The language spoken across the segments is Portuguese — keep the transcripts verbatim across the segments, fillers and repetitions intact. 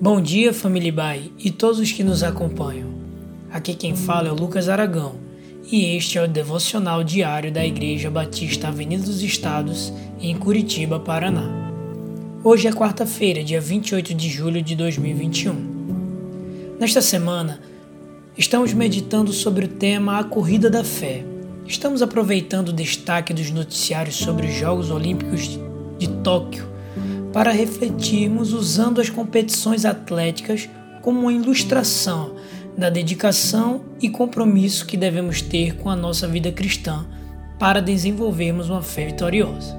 Bom dia, família Ibai e todos os que nos acompanham. Aqui quem fala é o Lucas Aragão e este é o devocional diário da Igreja Batista Avenida dos Estados, em Curitiba, Paraná. Hoje é quarta-feira, dia vinte e oito de julho de dois mil e vinte e um. Nesta semana, estamos meditando sobre o tema A Corrida da Fé. Estamos aproveitando o destaque dos noticiários sobre os Jogos Olímpicos de Tóquio para refletirmos usando as competições atléticas como uma ilustração da dedicação e compromisso que devemos ter com a nossa vida cristã para desenvolvermos uma fé vitoriosa.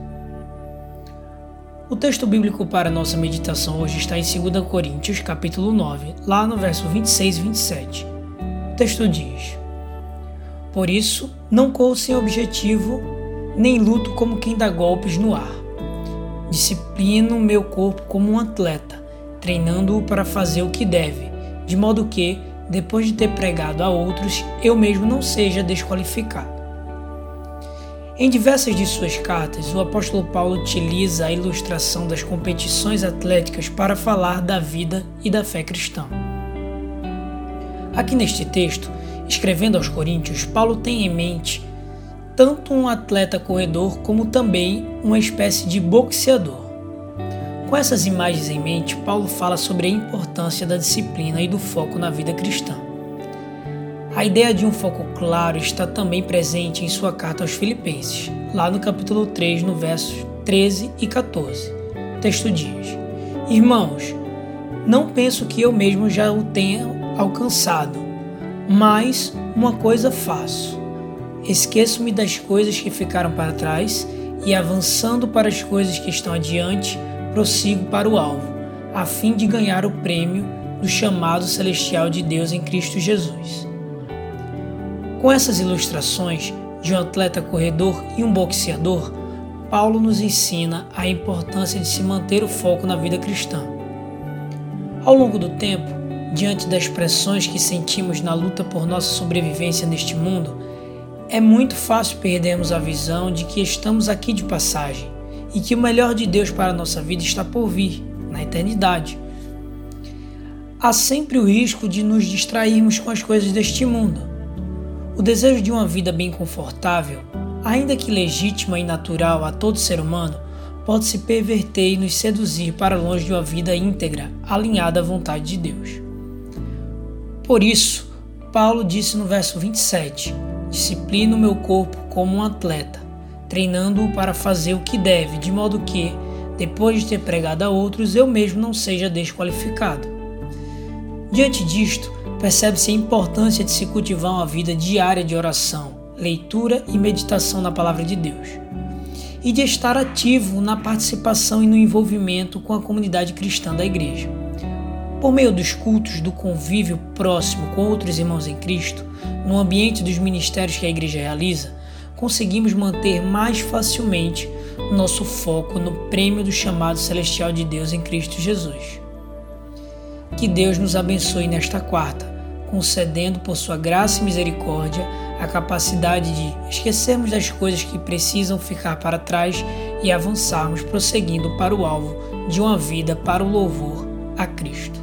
O texto bíblico para a nossa meditação hoje está em dois Coríntios, capítulo nove, lá no verso vinte e seis e vinte e sete. O texto diz: Por isso, não corro sem objetivo, nem luto como quem dá golpes no ar. Disciplino meu corpo como um atleta, treinando-o para fazer o que deve, de modo que, depois de ter pregado a outros, eu mesmo não seja desqualificado. Em diversas de suas cartas, o apóstolo Paulo utiliza a ilustração das competições atléticas para falar da vida e da fé cristã. Aqui neste texto, escrevendo aos Coríntios, Paulo tem em mente tanto um atleta corredor como também uma espécie de boxeador. Com essas imagens em mente, Paulo fala sobre a importância da disciplina e do foco na vida cristã. A ideia de um foco claro está também presente em sua carta aos Filipenses, lá no capítulo três, no versos treze e quatorze. O texto diz: Irmãos, não penso que eu mesmo já o tenha alcançado, mas uma coisa faço. Esqueço-me das coisas que ficaram para trás e, avançando para as coisas que estão adiante, prossigo para o alvo, a fim de ganhar o prêmio do chamado celestial de Deus em Cristo Jesus. Com essas ilustrações de um atleta corredor e um boxeador, Paulo nos ensina a importância de se manter o foco na vida cristã. Ao longo do tempo, diante das pressões que sentimos na luta por nossa sobrevivência neste mundo, é muito fácil perdermos a visão de que estamos aqui de passagem e que o melhor de Deus para a nossa vida está por vir, na eternidade. Há sempre o risco de nos distrairmos com as coisas deste mundo. O desejo de uma vida bem confortável, ainda que legítima e natural a todo ser humano, pode se perverter e nos seduzir para longe de uma vida íntegra, alinhada à vontade de Deus. Por isso, Paulo disse no verso vinte e sete: Disciplino meu corpo como um atleta, treinando-o para fazer o que deve, de modo que, depois de ter pregado a outros, eu mesmo não seja desqualificado. Diante disto, percebe-se a importância de se cultivar uma vida diária de oração, leitura e meditação na Palavra de Deus, e de estar ativo na participação e no envolvimento com a comunidade cristã da Igreja. Por meio dos cultos, do convívio próximo com outros irmãos em Cristo, no ambiente dos ministérios que a Igreja realiza, conseguimos manter mais facilmente o nosso foco no prêmio do chamado celestial de Deus em Cristo Jesus. Que Deus nos abençoe nesta quarta, concedendo por sua graça e misericórdia a capacidade de esquecermos das coisas que precisam ficar para trás e avançarmos prosseguindo para o alvo de uma vida para o louvor a Cristo.